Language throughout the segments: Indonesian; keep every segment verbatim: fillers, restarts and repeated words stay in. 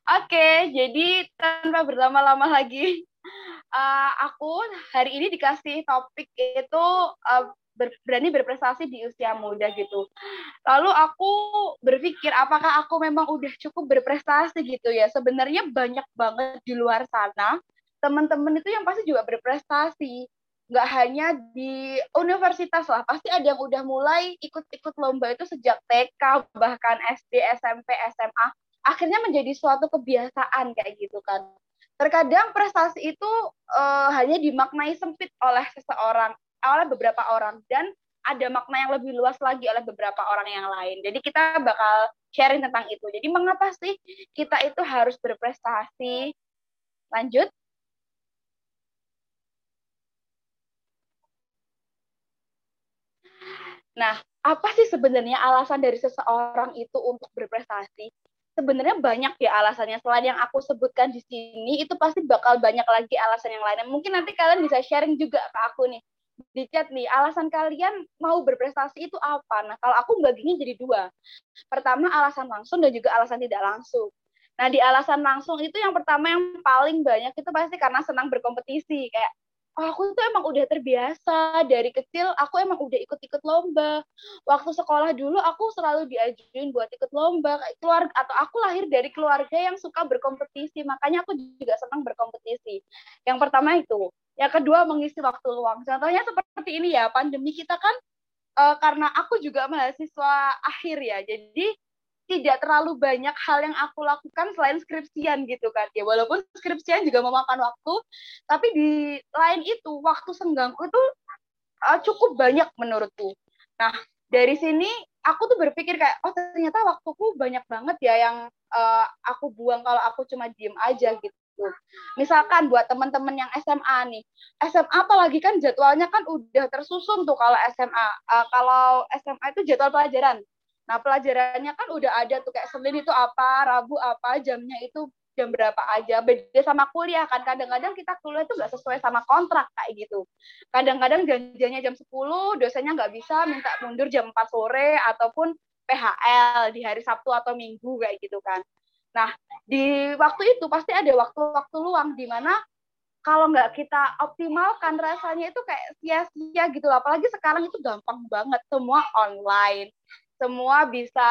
Oke, jadi tanpa berlama-lama lagi, uh, aku hari ini dikasih topik itu uh, ber- berani berprestasi di usia muda gitu. Lalu aku berpikir apakah aku memang udah cukup berprestasi gitu ya. Sebenarnya banyak banget di luar sana teman-teman itu yang pasti juga berprestasi. Nggak hanya di universitas lah, pasti ada yang udah mulai ikut-ikut lomba itu sejak T K, bahkan S D, S M P, S M A. Akhirnya menjadi suatu kebiasaan kayak gitu kan. Terkadang prestasi itu uh, hanya dimaknai sempit oleh seseorang, oleh beberapa orang, dan ada makna yang lebih luas lagi oleh beberapa orang yang lain. Jadi kita bakal sharing tentang itu. Jadi mengapa sih kita itu harus berprestasi? Lanjut. Nah, apa sih sebenarnya alasan dari seseorang itu untuk berprestasi? Sebenarnya banyak ya alasannya. Selain yang aku sebutkan di sini, itu pasti bakal banyak lagi alasan yang lainnya. Mungkin nanti kalian bisa sharing juga ke aku nih di chat nih, alasan kalian mau berprestasi itu apa? Nah, kalau aku baginya jadi dua. Pertama alasan langsung dan juga alasan tidak langsung. Nah, di alasan langsung itu yang pertama yang paling banyak itu pasti karena senang berkompetisi. Kayak, oh, aku tuh emang udah terbiasa. Dari kecil aku emang udah ikut-ikut lomba. Waktu sekolah dulu aku selalu diajuin buat ikut lomba. Keluarga, atau aku lahir dari keluarga yang suka berkompetisi. Makanya aku juga senang berkompetisi. Yang pertama itu. Yang kedua, mengisi waktu luang. Contohnya seperti ini ya, pandemi kita kan uh, karena aku juga mahasiswa akhir ya, jadi tidak terlalu banyak hal yang aku lakukan selain skripsian gitu kan ya, walaupun skripsian juga memakan waktu, tapi di lain itu waktu senggangku itu uh, cukup banyak menurutku. Nah, dari sini aku tuh berpikir kayak, oh ternyata waktuku banyak banget ya yang uh, aku buang kalau aku cuma diem aja gitu. Misalkan buat teman-teman yang S M A nih, S M A apalagi kan jadwalnya kan udah tersusun tuh kalau S M A. Uh, kalau S M A itu jadwal pelajaran. Nah, pelajarannya kan udah ada tuh kayak Senin itu apa, Rabu apa, jamnya itu jam berapa aja. Beda sama kuliah kan, kadang-kadang kita kuliah itu nggak sesuai sama kontrak kayak gitu. Kadang-kadang janjiannya jam sepuluh, dosennya nggak bisa, minta mundur jam empat sore, ataupun P H L di hari Sabtu atau Minggu kayak gitu kan. Nah, di waktu itu pasti ada waktu-waktu luang di mana kalau nggak kita optimalkan rasanya itu kayak sia-sia gitu. Apalagi sekarang itu gampang banget, semua online, semua bisa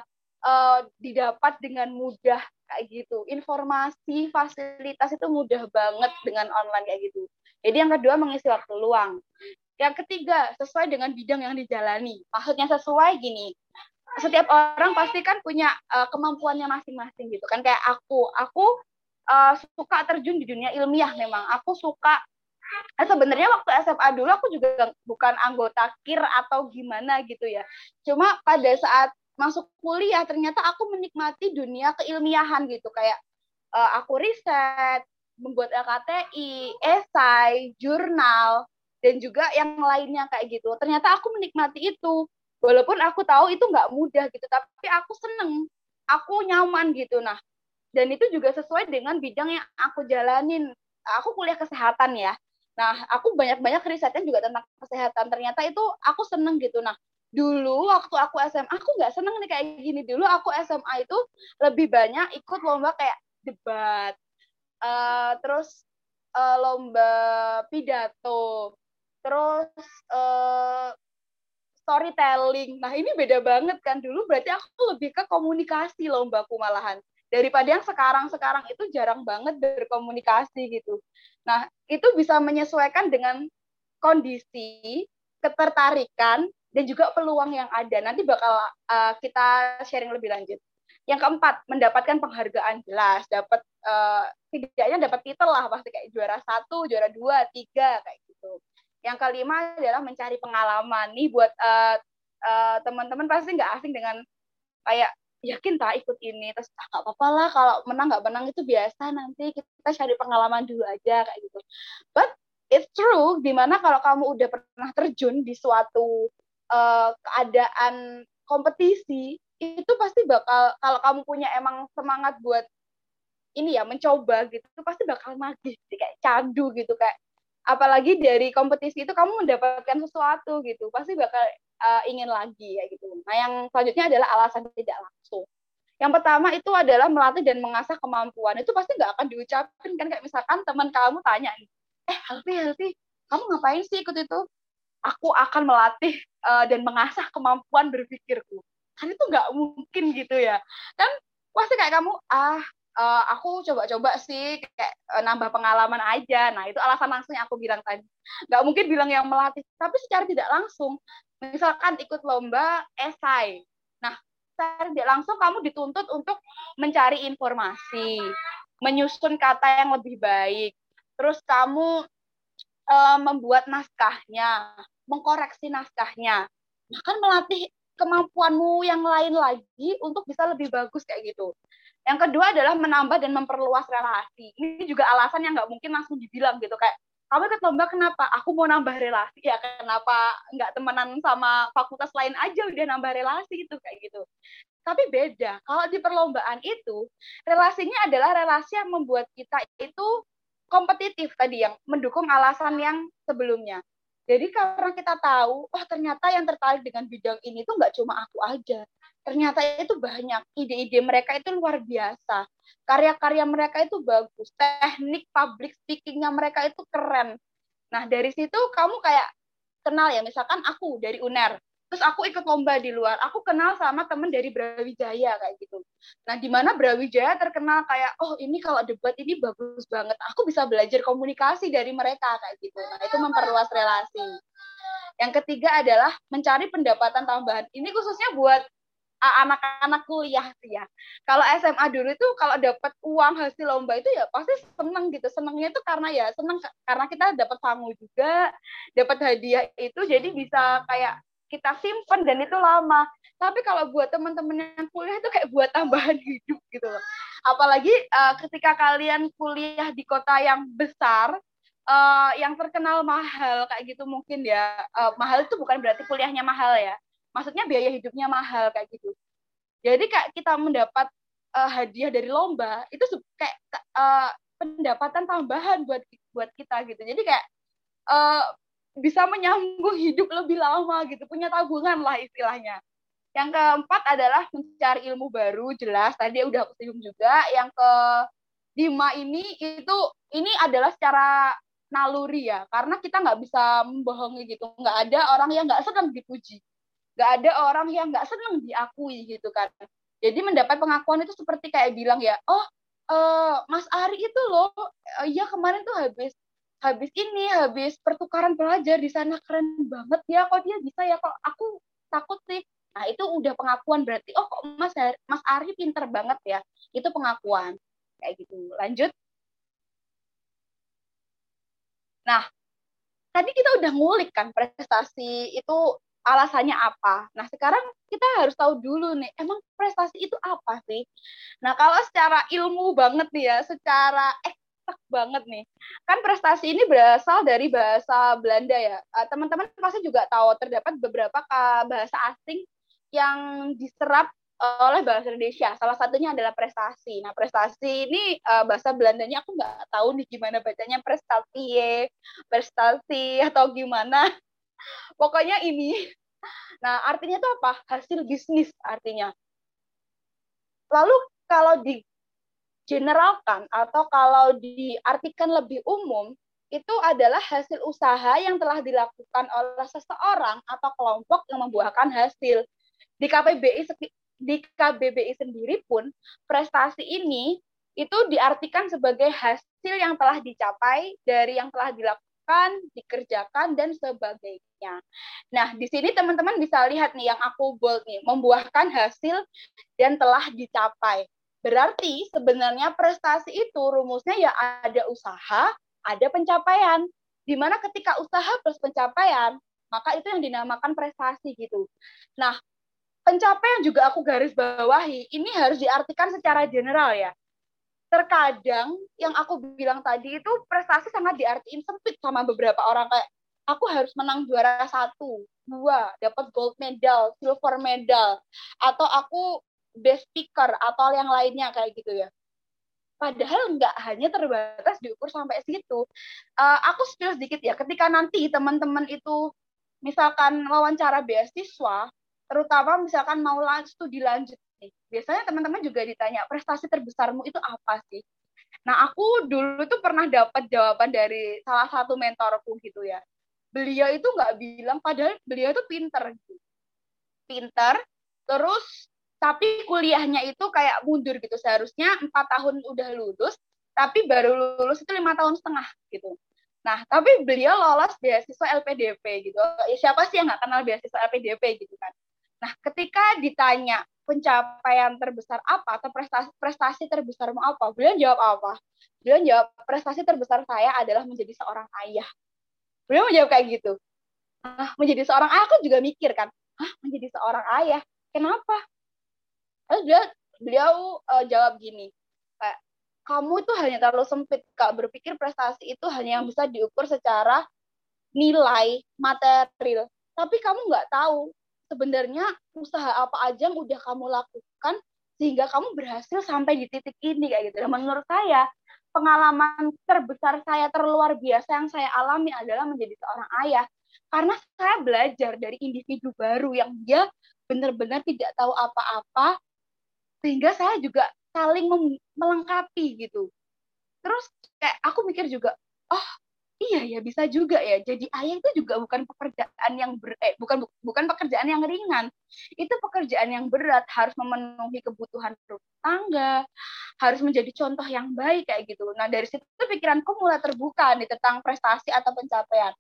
uh, didapat dengan mudah kayak gitu. Informasi, fasilitas itu mudah banget dengan online kayak gitu. Jadi yang kedua mengisi waktu luang. Yang ketiga, sesuai dengan bidang yang dijalani. Maksudnya sesuai gini, setiap orang pasti kan punya uh, kemampuannya masing-masing gitu kan. Kayak aku, aku uh, suka terjun di dunia ilmiah memang. Aku suka eh, sebenarnya waktu S M A dulu aku juga bukan anggota K I R atau gimana gitu ya. Cuma pada saat masuk kuliah ternyata aku menikmati dunia keilmiahan gitu, kayak uh, aku riset, membuat L K T I, esai, jurnal, dan juga yang lainnya kayak gitu. Ternyata aku menikmati itu. Walaupun aku tahu itu nggak mudah gitu, tapi aku seneng, aku nyaman gitu. Nah, dan itu juga sesuai dengan bidang yang aku jalanin. Aku kuliah kesehatan ya. Nah, aku banyak-banyak risetnya juga tentang kesehatan. Ternyata itu aku seneng gitu. Nah, dulu waktu aku S M A, aku nggak seneng nih kayak gini. Dulu aku S M A itu lebih banyak ikut lomba kayak debat, uh, terus uh, lomba pidato, terus uh, storytelling. Nah, ini beda banget kan. Dulu berarti aku lebih ke komunikasi lombaku malahan. Daripada yang sekarang-sekarang itu jarang banget berkomunikasi gitu. Nah, itu bisa menyesuaikan dengan kondisi, ketertarikan, dan juga peluang yang ada. Nanti bakal uh, kita sharing lebih lanjut. Yang keempat, mendapatkan penghargaan jelas, dapat uh, setidaknya dapat titel lah, pasti kayak juara satu, juara dua, tiga kayak gitu. Yang kelima adalah mencari pengalaman nih buat uh, uh, teman-teman pasti nggak asing dengan kayak yakin tak ikut ini, terus ah, nggak apa-apa lah kalau menang nggak menang itu biasa, nanti kita cari pengalaman dulu aja kayak gitu. But it's true, dimana kalau kamu udah pernah terjun di suatu uh, keadaan kompetisi, itu pasti bakal, kalau kamu punya emang semangat buat ini ya mencoba gitu, itu pasti bakal magis kayak candu gitu, kayak apalagi dari kompetisi itu kamu mendapatkan sesuatu gitu, pasti bakal uh, ingin lagi ya gitu. Nah, yang selanjutnya adalah alasan tidak langsung. Yang pertama itu adalah melatih dan mengasah kemampuan. Itu pasti nggak akan diucapin kan, kayak misalkan teman kamu tanya, eh Helvi, Helvi, kamu ngapain sih ikut itu? Aku akan melatih uh, dan mengasah kemampuan berpikirku. Kan itu nggak mungkin gitu ya. Kan pasti kayak kamu, ah uh, aku coba-coba sih kayak uh, nambah pengalaman aja. Nah itu alasan langsung yang aku bilang tadi. Nggak mungkin bilang yang melatih, tapi secara tidak langsung. Misalkan ikut lomba esai. Nah, secara tidak langsung kamu dituntut untuk mencari informasi, menyusun kata yang lebih baik. Terus kamu uh, membuat naskahnya, mengkoreksi naskahnya. Nah, kan melatih kemampuanmu yang lain lagi untuk bisa lebih bagus kayak gitu. Yang kedua adalah menambah dan memperluas relasi. Ini juga alasan yang nggak mungkin langsung dibilang gitu, kayak kamu ikut lomba kenapa? Aku mau nambah relasi. Ya kenapa nggak temenan sama fakultas lain aja udah nambah relasi gitu kayak gitu. Tapi beda. Kalau di perlombaan itu, relasinya adalah relasi yang membuat kita itu kompetitif tadi, yang mendukung alasan yang sebelumnya. Jadi karena kita tahu, oh ternyata yang tertarik dengan bidang ini tuh nggak cuma aku aja. Ternyata itu banyak. Ide-ide mereka itu luar biasa. Karya-karya mereka itu bagus. Teknik public speaking-nya mereka itu keren. Nah dari situ kamu kayak kenal ya, misalkan aku dari U N E R, terus aku ikut lomba di luar, aku kenal sama temen dari Brawijaya kayak gitu. Nah di mana Brawijaya terkenal kayak, oh ini kalau debat ini bagus banget, aku bisa belajar komunikasi dari mereka kayak gitu. Nah itu memperluas relasi. Yang ketiga adalah mencari pendapatan tambahan. Ini khususnya buat anak-anak kuliah sih ya. Kalau S M A dulu itu kalau dapat uang hasil lomba itu ya pasti seneng gitu. Senengnya itu karena ya seneng karena kita dapat sangu juga, dapat hadiah itu, jadi bisa kayak kita simpen dan itu lama. Tapi kalau buat teman-teman yang kuliah itu kayak buat tambahan hidup gitu loh. Apalagi uh, ketika kalian kuliah di kota yang besar, uh, yang terkenal mahal kayak gitu mungkin ya. Uh, mahal itu bukan berarti kuliahnya mahal ya. Maksudnya biaya hidupnya mahal kayak gitu. Jadi kayak kita mendapat uh, hadiah dari lomba itu kayak uh, pendapatan tambahan buat buat kita gitu. Jadi kayak uh, bisa menyambung hidup lebih lama gitu, punya tabungan lah istilahnya. Yang keempat adalah mencari ilmu baru, jelas tadi udah aku singgung juga. Yang kelima ini itu ini adalah secara naluri ya, karena kita nggak bisa membohongi gitu. Nggak ada orang yang nggak senang dipuji. Gak ada orang yang gak senang diakui gitu kan. Jadi mendapat pengakuan itu seperti kayak bilang ya, oh uh, Mas Ari itu loh, uh, ya kemarin tuh habis habis ini, habis pertukaran pelajar di sana, keren banget ya, kok dia bisa ya, kok aku takut sih. Nah itu udah pengakuan, berarti oh kok Mas Ari, Mas Ari pinter banget ya, itu pengakuan kayak gitu. Lanjut. Nah tadi kita udah ngulik kan prestasi itu alasannya apa. Nah, sekarang kita harus tahu dulu nih, emang prestasi itu apa sih? Nah, kalau secara ilmu banget nih ya, secara eksak banget nih, kan prestasi ini berasal dari bahasa Belanda ya. Teman-teman pasti juga tahu, terdapat beberapa bahasa asing yang diserap oleh bahasa Indonesia. Salah satunya adalah prestasi. Nah, prestasi ini uh, bahasa Belandanya aku nggak tahu nih gimana bacanya, prestasi, prestasi atau gimana. Pokoknya ini. Nah, artinya itu apa? Hasil bisnis artinya. Lalu kalau di generalkan atau kalau diartikan lebih umum, itu adalah hasil usaha yang telah dilakukan oleh seseorang atau kelompok yang membuahkan hasil. Di K P B I di K B B I sendiri pun prestasi ini itu diartikan sebagai hasil yang telah dicapai dari yang telah dilakukan, dikerjakan dan sebagainya. Nah, di sini teman-teman bisa lihat nih yang aku bold nih, membuahkan hasil dan telah dicapai. Berarti sebenarnya prestasi itu rumusnya ya ada usaha, ada pencapaian. Dimana ketika usaha plus pencapaian, maka itu yang dinamakan prestasi gitu. Nah, pencapaian juga aku garis bawahi, ini harus diartikan secara general ya. Terkadang yang aku bilang tadi itu prestasi sangat diartiin sempit sama beberapa orang, kayak aku harus menang juara satu, dua, dapat gold medal, silver medal, atau aku best speaker atau yang lainnya kayak gitu ya. Padahal nggak hanya terbatas diukur sampai situ. Uh, aku spill sedikit ya, ketika nanti teman-teman itu misalkan wawancara beasiswa, terutama misalkan mau studi lanjut nih. Biasanya teman-teman juga ditanya, prestasi terbesarmu itu apa sih? Nah, aku dulu tuh pernah dapat jawaban dari salah satu mentorku gitu ya. Beliau itu nggak bilang, padahal beliau itu pinter. Gitu. Pinter, terus tapi kuliahnya itu kayak mundur gitu. Seharusnya empat tahun udah lulus, tapi baru lulus itu lima tahun setengah gitu. Nah, tapi beliau lolos beasiswa L P D P gitu. Ya, siapa sih yang nggak kenal beasiswa L P D P gitu kan? Nah, ketika ditanya pencapaian terbesar apa atau prestasi, prestasi terbesarmu apa, beliau jawab apa? Beliau jawab, prestasi terbesar saya adalah menjadi seorang ayah. Beliau menjawab kayak gitu. Ah, menjadi seorang ayah, aku juga mikir kan, ah, menjadi seorang ayah, kenapa? Terus beliau, beliau uh, jawab gini, kayak, kamu itu hanya terlalu sempit, Kak, berpikir prestasi itu hanya yang bisa diukur secara nilai material. Tapi kamu nggak tahu sebenarnya usaha apa aja yang udah kamu lakukan sehingga kamu berhasil sampai di titik ini kayak gitu. Dan menurut saya pengalaman terbesar saya terluar biasa yang saya alami adalah menjadi seorang ayah. Karena saya belajar dari individu baru yang dia benar-benar tidak tahu apa-apa, sehingga saya juga saling melengkapi gitu. Terus kayak aku mikir juga, oh iya ya bisa juga ya. Jadi ayah itu juga bukan pekerjaan yang ber, eh, bukan bukan pekerjaan yang ringan. Itu pekerjaan yang berat, harus memenuhi kebutuhan rumah tangga, harus menjadi contoh yang baik kayak gitu. Nah, dari situ pikiranku mulai terbuka nih tentang prestasi atau pencapaian.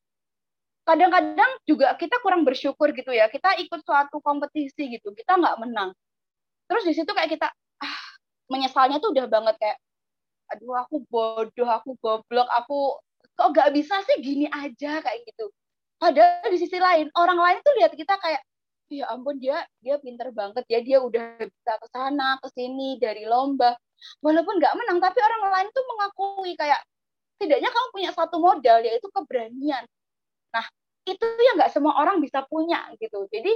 Kadang-kadang juga kita kurang bersyukur gitu ya. Kita ikut suatu kompetisi gitu, kita nggak menang. Terus di situ kayak kita ah, menyesalnya tuh udah banget kayak aduh aku bodoh, aku goblok, aku kok gak bisa sih gini aja kayak gitu. Padahal di sisi lain, orang lain tuh lihat kita kayak, ya ampun dia dia pinter banget ya, dia udah bisa ke sana, ke sini dari lomba. Walaupun gak menang, tapi orang lain tuh mengakui kayak, setidaknya kamu punya satu modal, yaitu keberanian. Nah, itu yang gak semua orang bisa punya gitu. Jadi,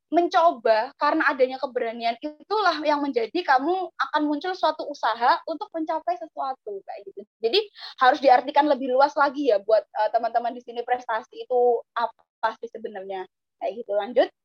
mencoba karena adanya keberanian itulah yang menjadi kamu akan muncul suatu usaha untuk mencapai sesuatu kayak gitu. Jadi harus diartikan lebih luas lagi ya buat uh, teman-teman di sini prestasi itu apa sih sebenarnya kayak gitu. Lanjut.